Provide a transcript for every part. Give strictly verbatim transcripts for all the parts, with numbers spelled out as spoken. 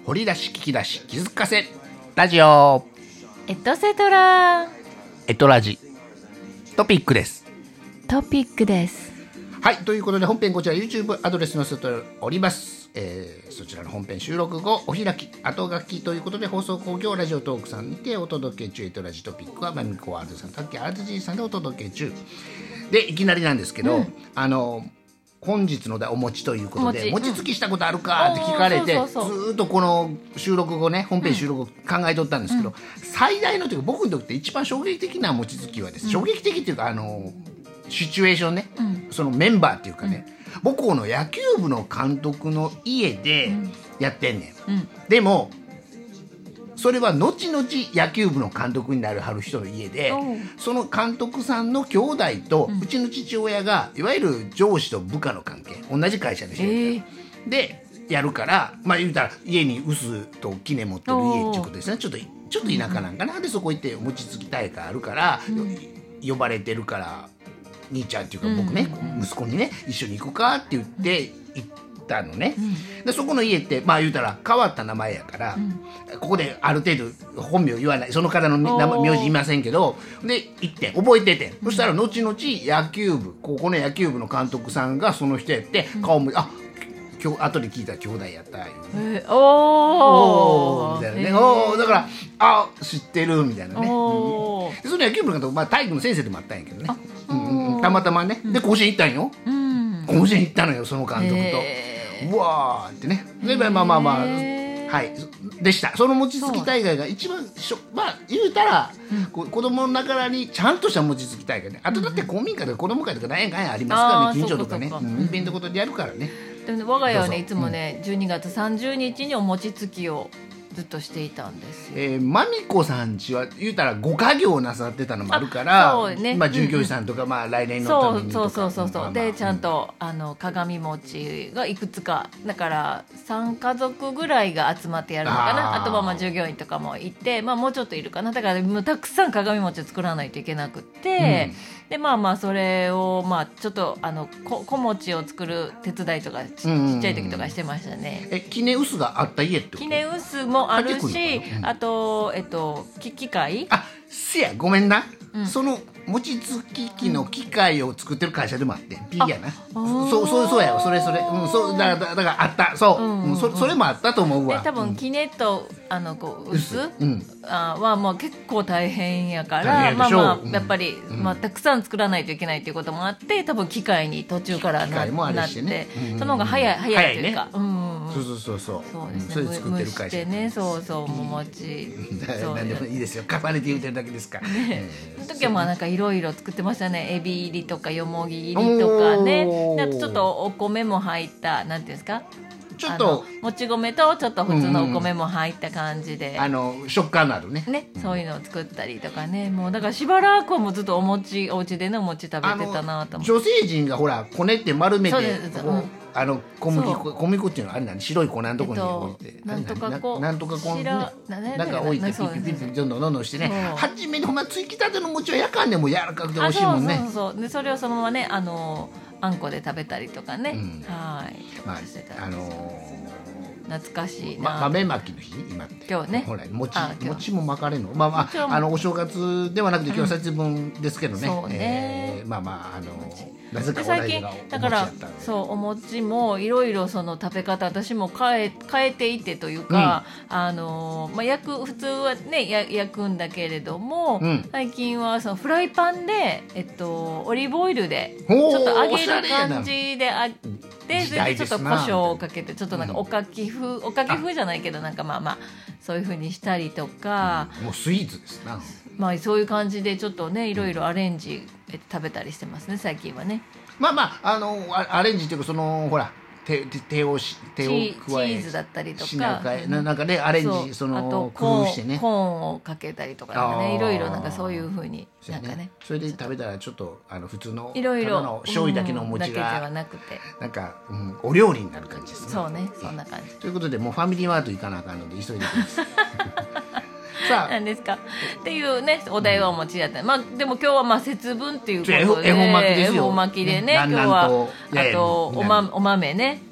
掘り出し聞き出し気づかせラジオエトセトラエトラジトピックです。 トピックです。 はい、ということで本編こちら YouTube アドレス載せております、えー、そちらの本編収録後お開き後書きということで放送工業ラジオトークさんにてお届け中。エトラジトピックはマミコワールドさんタッキー アールジー さんでお届け中で、いきなりなんですけど、うん、あの本日のお餅ということで、餅つきしたことあるかって聞かれて、ずーっとこの収録後ね、本編収録後考えとったんですけど、うん、最大のというか僕にとって一番衝撃的な餅つきはです、うん、衝撃的っていうかあのシチュエーションね、うん、そのメンバーっていうかね、うん、母校の野球部の監督の家でやってんねん、うん、でもそれは後々野球部の監督になるはる人の家で、その監督さんの兄弟とうちの父親がいわゆる上司と部下の関係、同じ会社でしてる、えー、でやるから、まあ言うたら家に臼と杵持ってる家っていうことですね。ちょっとちょっと田舎なんかな、でそこ行って餅つき大会あるから、うん、呼ばれてるから兄ちゃんっていうか僕ね、うん、息子にね一緒に行くかって言って行ったのね、うん、でそこの家ってまあ言うたら変わった名前やから、うん、ここである程度本名言わない、その方の名前名字言いませんけど、で行って覚えてて、そしたら後々野球部ここの野球部の監督さんがその人やって顔も、うん、あ今日後で聞いた兄弟やったいう、えー、おーみたいなね、えー、おーだからあ知ってるみたいなね、うん、でその野球部の監督、まあ、体育の先生でもあったんやけどね、うんうん、たまたまね、で甲子園行ったんよ、うん、甲子園行ったのよその監督と、えー、うわーってね、でまあまあまあまあ、えー、はいでした。その餅つき大会が一番しょまあ言うたら、うん、子供の中にちゃんとした餅つき大会ね、あとだって公民館とか子供会とか何やかんやありますからね、近所とかね、うん、イベントことでやるからね。 でも我が家はねいつもね、うん、じゅうにがつさんじゅうにちにお餅つきをずっとしていたんですよ。 えー、まみこさんちは言うたらご家業なさってたのもあるから、そう、ね、まあ、従業員さんとか、うん、まあ、来年のためにとか、 そうそうそうそう、まあまあ、でちゃんと、うん、あの鏡餅がいくつかだからさん家族ぐらいが集まってやるのかな、 あ, あとはまあ従業員とかもいて、まあ、もうちょっといるかな、だからもうたくさん鏡餅作らないといけなくって、うん、でまあまあそれをまあちょっとあのこ小餅を作る手伝いとか ち, ちっちゃい時とかしてましたね。 え杵臼があった家ってこと？ 杵臼もあるし、うん、あとえっと機械、 あせやごめんな、うん、その餅つき機の機械を作ってる会社でもあって、うん、ピーやな、そうそうそうやそれそれ、うん、そうだからだからあったそう、うんうんうん、そ, それもあったと思うわ。 で多分杵とあのこう臼、うん、あはもう結構大変やからまあまあやっぱり、うんまあ、たくさん作らないといけないということもあって多分機械に途中から な, なって、ねうん、その方が早い早いというか、ねうんうん、 そうそうそうそうそうですね、 それ作ってる会社蒸してね、そうそうももち何でもいいですよ、重ねて言うてるだけですから、ねえー、その時はまあなんかいろいろ作ってましたね。エビ入りとかよもぎ入りとかね、あとちょっとお米も入ったなんていうんですか、 ちょっともち米とちょっと普通のお米も入った感じで、うんうん、 あの食感のある ね, ねそういうのを作ったりとかね、もうだからしばらくはもうずっとお餅お家でねお餅食べてたなと思って。 女性陣がほらこねって丸めてあの小麦粉小麦粉っていうのはあれなん白い粉のとこに置いて、えっと、 なんとかこうなんとかこう、ね、なんか置いてピッピッピッどんどんどんどんしてね、初めにほんまつきたての餅はやかんでも柔らかくて美味しいもんね。 そうそうそうでそれをそのままねあのあんこで食べたりとかね、うん、はい、 まああのー懐かしいな、 ま、豆まきの日今って今日ねほら 餅, 餅も巻かれるの、まあまあ、あのお正月ではなくて今日は節分ですけどね、うんそうねえー、まあまああのなぜかお題がお餅だったんで、だからそうお餅もいろいろその食べ方私も変え、変えていてというか、うん、あのまあ、焼く普通はねや焼くんだけれども、うん、最近はそのフライパンで、えっと、オリーブオイルでちょっと揚げる感じであでそれでちょっと胡椒をかけてちょっとなんかおかき風、うん、おかき風じゃないけどなんかまあまあそういう風にしたりとか、 うん、もうスイーツですな、 まあ、そういう感じでちょっとねいろいろアレンジ食べたりしてますね最近はね。 まあまああのアレンジっていうかそのほら手, 手をし手を加えチーズだったりとかな, なんかねアレンジそのあと工夫してねコーンをかけたりとかねいろいろなんかそういう風になんかね、 ね、それで食べたらちょっとあの普通のいろいろただの醤油だけのお餅が、うん、 だけではなくてなんか、うん、お料理になる感じですね。 そうねそんな感じということでもうファミリーマート行かなあかんので急いできますさあ何ですかっていうねお題はお持ちだった、うんまあ、でも今日はまあ節分っていうことで恵方巻きですよ恵方巻きでね、ね今日はあとお、ま、お豆ね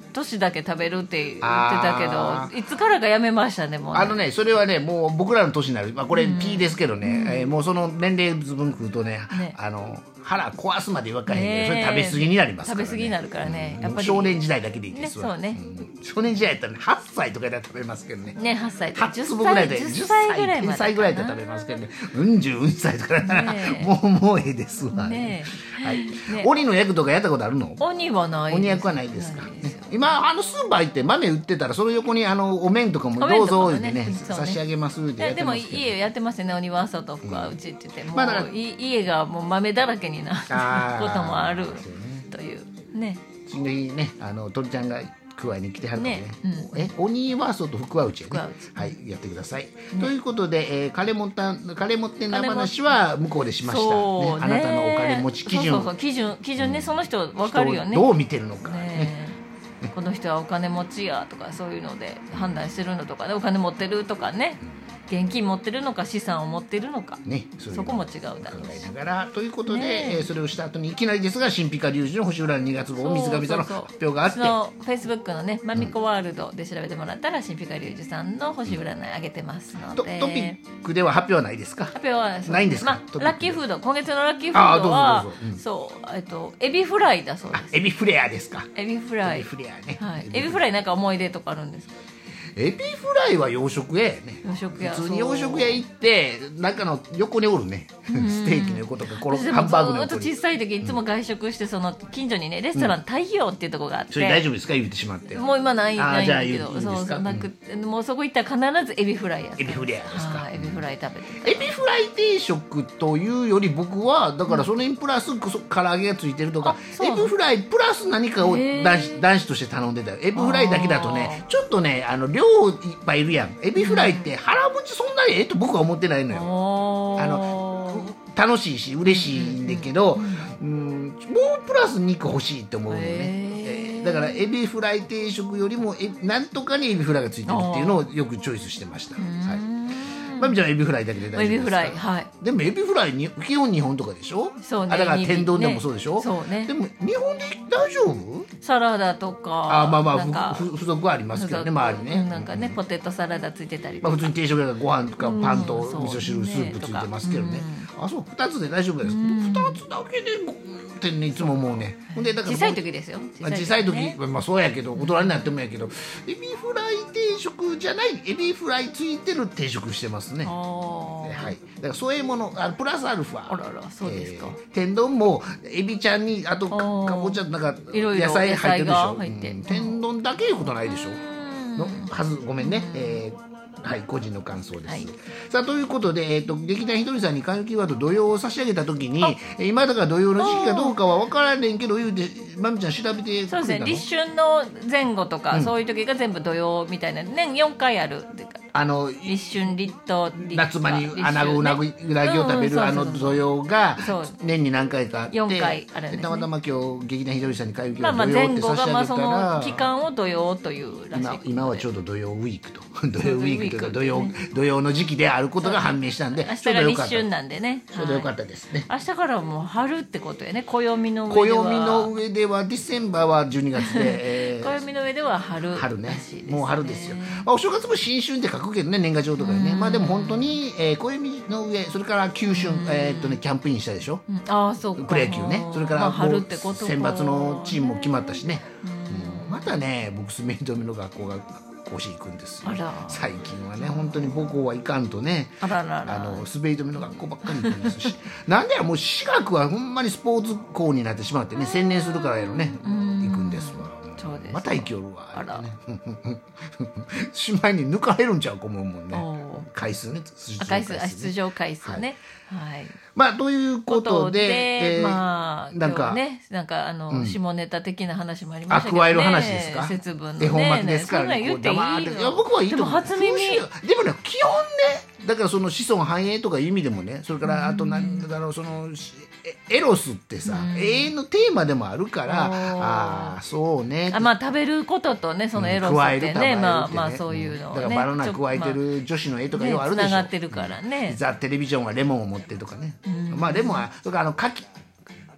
年だけ食べるって言ってたけどいつからかやめましたねもうね。 あのねそれはねもう僕らの年になる、まあ、これ P ですけどね、うんえー、もうその年齢分食うと ね, ねあの腹壊すまで言わかへんけど、それ食べ過ぎになりますからね。 食べ過ぎになるからね、 うん、やっぱり少年時代だけでいいですわ、 ねそうねうん、少年時代やったら、ね、はっさいとかで食べますけどねねはっさいはちつぶぐらいでじゅっさいぐらいまでじゅっさいぐらいで食べますけどねうん十うん歳とかだからもうもうええですわね、はいね、鬼の役とかやったことあるの？ 鬼はないです。 鬼役はないですか。今あのスーパー行って豆売ってたらその横にあのお面とかもどうぞ置いてね差し上げますってやってますけど。 でも家やってますよね鬼は外とかうちって言ってもう、まあ、家がもう豆だらけになることもあるというね。 うちの家ねあの鳥ちゃんが加えに来てはるので、ねねうん、え鬼は外福は内やねはいやってください、ね、ということで、えー、金持った金持ってんな話は向こうでしました、ね、あなたのお金持ち基準そうそうそう基準基準ね、うん、その人分かるよねどう見てるのかねねこの人はお金持ちやとかそういうので判断してるのとかでお金持ってるとかね、うん、現金持ってるのか資産を持ってるのか、ね、そ, そこも違うだろうしながらということで、ねえー、それをした後にいきなりですが神秘家隆二の星占いにがつ号水上座の発表があってそのフェイスブックのねマミコワールドで調べてもらったら神秘家隆二さんの星占い上げてますので、 うん、ト, トピックでは発表はないですか？ 発表はないんですか、 まあ、ラッキーフード今月のラッキーフードはそう、えっと、エビフライだそうです。 エビフレアですか？ エビフライエビフレアね、 はい、エビフライなんか思い出とかあるんですか？ エビフライは洋食屋やね。 洋食屋普通に洋食屋行って中の横におるねステーキの横とかこのハンバーグの横に。 ずっと小さい時いつも外食してその近所にねレストラン太陽っていうところがあって、うん、 それ大丈夫ですか言ってしまって。 もう今ないないんだけどいいそうそうなく、うん、もうそこ行ったら必ずエビフライやった。 エビフライですか？ エビフライ食べてた。 エビフライ定食というより僕はだからそれにプラス唐揚げがついてるとか、うん、エビフライプラス何かを男子、男子として頼んでたよ。エビフライだけだとねちょっとねあの量いっぱいいるやん。エビフライって腹持ちそんなにええと僕は思ってないのよ。あの楽しいし嬉しいんだけど、うん、もうプラス肉欲しいって思うのね。だからエビフライ定食よりもえなんとかにエビフライがついてるっていうのをよくチョイスしてました。はい。まみちゃんはエビフライだけで大丈夫ですか？エビフライ、はい。でもエビフライに基本日本とかでしょ？そうね。あだから天丼でもそうでしょ？ね、そうね。でも日本で大丈夫？ サラダとか。 あまあまあ付属はありますけどね周りね。 なんかねポテトサラダついてたりとか。 まあ普通に定食だからご飯とかパンと味噌汁スープついてますけどね。あそうふたつで大丈夫です。ふたつだけでもっていつももうね。 でだから小さい時ですよ。 小さい時まあそうやけど大人になってもやけどエビフライ定食じゃないエビフライついてる定食してますね。はい、だからそういうものあプラスアルファあららそうですか、えー、天丼もエビちゃんにあとかぼちゃなんか野菜入ってるでしょ。うん、天丼だけいうことないでしょのはずごめんね、えーはい、個人の感想です、はい、さあということで、えー、と劇団ひとりさんに勧誘キーワード土曜を差し上げた時に今だから土曜の時期かどうかは分からねんけど言うてまみちゃん調べてくれたの？ そうですね立春の前後とか、うん、そういう時が全部土曜みたいな年よんかいあるっていうかあの立春立冬夏場に穴子うなぎうなぎを食べるあの土曜が年に何回かあってよんかいあるんです、ね、 たまたま今日劇団ひとりさんに勧誘キーワード土曜って差し上げたら、 まあ、まあ前後がまあその期間を土曜というらしい今, 今はちょうど土曜ウィークと土曜ウィークというか土曜土曜の時期であることが判明したんで明日が立春なんでねちょうどよかったですね、 はい、明日からもう春ってことやね暦の上では暦の上ではディセンバーはじゅうにがつで、 えー、暦の上では春春ねもう春ですよ、まあ、お正月も新春って書くけどね年賀状とかにねまあでも本当に、えー、暦の上それから旧春、えーっとね、キャンプインしたでしょ、うん、 あそうかプロ野球ねそれからもう、 まあ、春ってこと選抜のチームも決まったしね、うん、またね僕滑り止めの学校が甲子園行くんですよ最近はね本当に母校はいかんとねあらららあの滑り止めの学校ばっかり行くんですしなんでやもう私学はほんまにスポーツ校になってしまってね専念するからやろね行くんですわまた生きよるわあらしまいに抜かれるんちゃうかもんね回数ね出場回数ねはい、はいまあということで、 えー、まあなんかねなんかあの、うん、下ネタ的な話もありましたけどね。 加える話ですか？ 節分のね。 絵本巻きですからね。 ねそんなん言っていいの？ いや僕はいいと思う。 でも初耳。 でもね基本ねだからその子孫繁栄とかいう意味でもねそれからあとなんだろうそのエロスってさ永遠のテーマでもあるからああそうねあまあ食べることとねそのエロスってね、うん、まあまあそういうのをねだからバナナ加えてる女子の絵とかようあるでしょ、 ね、つながってるからねザ・テレビジョンはレモンを持ってとかね、うん、まあレモンはそれからあの牡蠣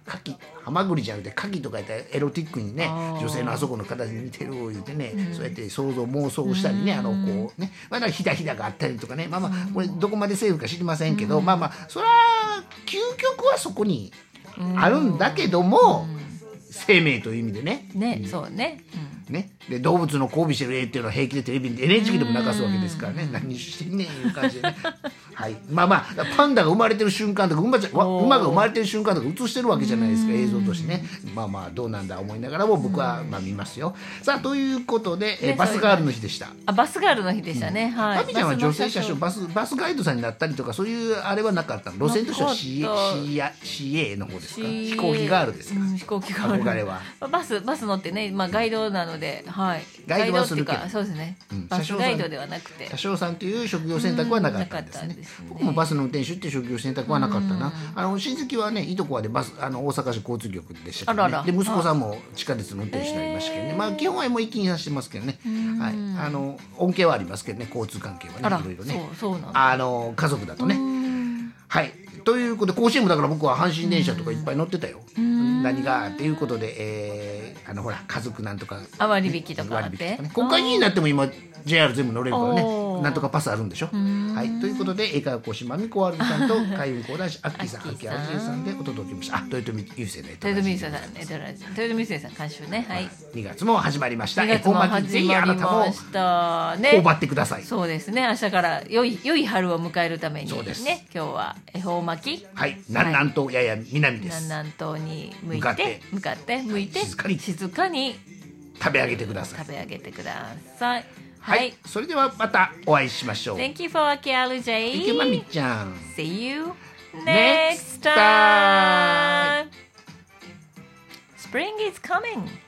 牡蠣ハマグリじゃなくて牡蠣とかやったらエロティックにね女性のあそこの形に似てる言うてね、うん、そうやって想像妄想したりね、うん、あのこうねまだひだひだがあったりとかねまあまあこれどこまでセーフか知りませんけど、うん、まあまあそれは究極はそこにあるんだけども、うん、生命という意味でねね、うん、そうね、 うん、ねで動物の交尾してる絵っていうのは平気でテレビで エヌエイチケー でも流すわけですからね何してんねんいう感じでねはいまあまあパンダが生まれてる瞬間とか馬ちゃん馬が生まれてる瞬間とか映してるわけじゃないですか映像としてねまあまあどうなんだ思いながらも僕はまあ見ますよさあということで、ね、バスガールの日でしたあバスガールの日でしたね、うん、はいマミちゃんは女性車掌バスバスガイドさんになったりとかそういうあれはなかったの路線としては シーエー の方ですか飛行機ガールですか、うん、 飛行機ガール憧れはバスバス乗ってね、まあ、ガイドなので、はい、 ガイドはするけどそうですね、うん、バスガイドではなくて車掌さんという職業選択はなかったんですね、うん、ですね僕もバスの運転手っていう職業選択はなかったな、うん、あの親戚はねいとこはでバスあの大阪市交通局でしたけど、ね、あららで息子さんも地下鉄の運転手になりましたけどね、まあ基本はもう一気にさせてますけどね、はい、あの恩恵はありますけどね交通関係はねいろいろねそうそうなんあの家族だとねはいということで甲子園もだから僕は阪神電車とかいっぱい乗ってたよ何がっていうことで、えー、あのほら家族なんとか、ね、 割引とかあって、 ね、国会議員になっても今 ジェイアール 全部乗れるからねなんとかパスあるんでしょはいということで英会話講師まみこわるさんと海運講談師アッキーさん秋あじゅうさんでお届けしましたあ豊臣優勢の豊臣優勢さん豊臣優勢さん監修ねはいにがつも始まりましたにがつも始まりましたね頬張ってくださいそうですね明日から良い良い春を迎えるためにね今日は恵方巻きはい南南東やや南です南南東に向いて向かって向いて静かに静かに食べ上げてください食べ上げてくださいはい、はい、それではまたお会いしましょう Thank you for Akialu J Thank you まみちゃん See you next time Spring is coming